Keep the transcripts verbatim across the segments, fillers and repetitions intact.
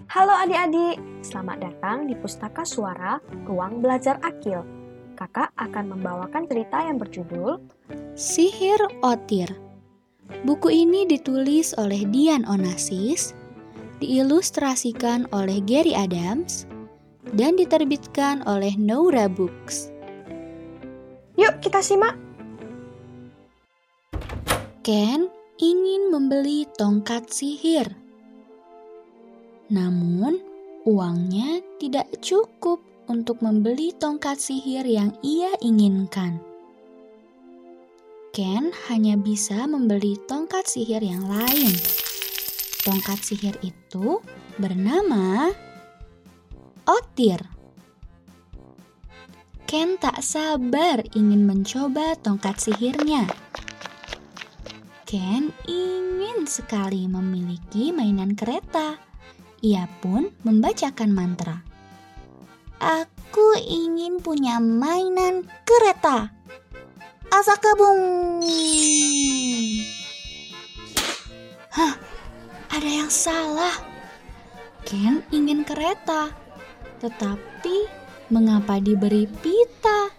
Halo adik-adik, selamat datang di Pustaka Suara Ruang Belajar Akil. Kakak akan membawakan cerita yang berjudul Sihir Otir. Buku ini ditulis oleh Dian Onassis, diilustrasikan oleh Gary Adams, dan diterbitkan oleh Noura Books. Yuk kita simak. Ken ingin membeli tongkat sihir. Namun, uangnya tidak cukup untuk membeli tongkat sihir yang ia inginkan. Ken hanya bisa membeli tongkat sihir yang lain. Tongkat sihir itu bernama Otir. Ken tak sabar ingin mencoba tongkat sihirnya. Ken ingin sekali memiliki mainan kereta. Ia pun membacakan mantra. Aku ingin punya mainan kereta. Asakabung. Hah, ada yang salah. Ken ingin kereta, tetapi mengapa diberi pita?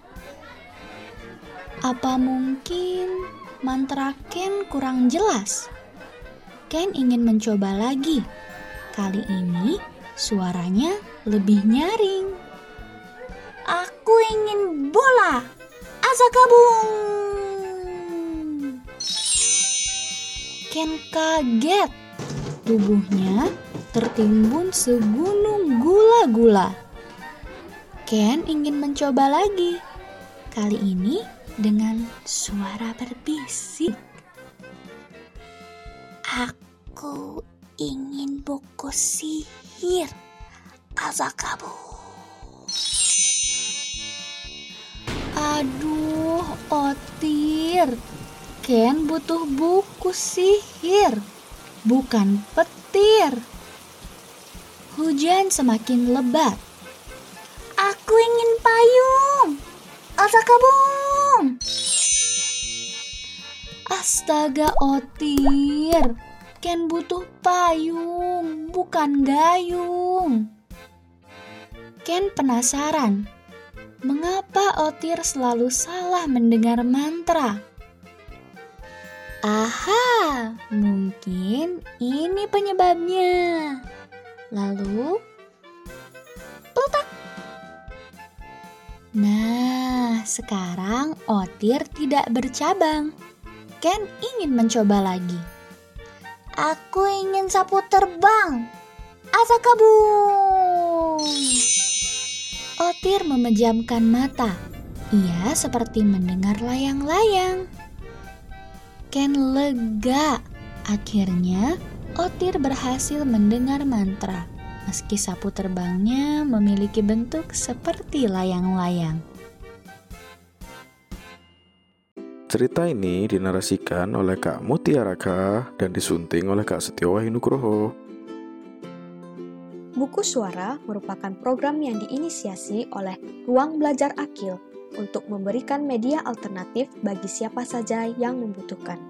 Apa mungkin mantra Ken kurang jelas? Ken ingin mencoba lagi. Kali ini suaranya lebih nyaring. Aku ingin bola. Asakabung. Ken kaget. Tubuhnya tertimbun segunung gula-gula. Ken ingin mencoba lagi. Kali ini dengan suara berbisik. Aku ingin buku sihir. Asakabung. Aduh, Otir. Ken butuh buku sihir, bukan petir. Hujan semakin lebat. Aku ingin payung. Asakabung. Astaga, Otir. Ken butuh payung, bukan gayung. Ken penasaran, mengapa Otir selalu salah mendengar mantra? Aha, mungkin ini penyebabnya. Lalu, plutak. Nah, sekarang Otir tidak bercabang. Ken ingin mencoba lagi. Aku ingin sapu terbang. Asakabung. Otir memejamkan mata. Ia seperti mendengar layang-layang. Ken lega. Akhirnya, Otir berhasil mendengar mantra. Meski sapu terbangnya memiliki bentuk seperti layang-layang. Cerita ini dinarasikan oleh Kak Mutiara Raka dan disunting oleh Kak Setiowahi Nugroho. Buku Suara merupakan program yang diinisiasi oleh Ruang Belajar Akil untuk memberikan media alternatif bagi siapa saja yang membutuhkan.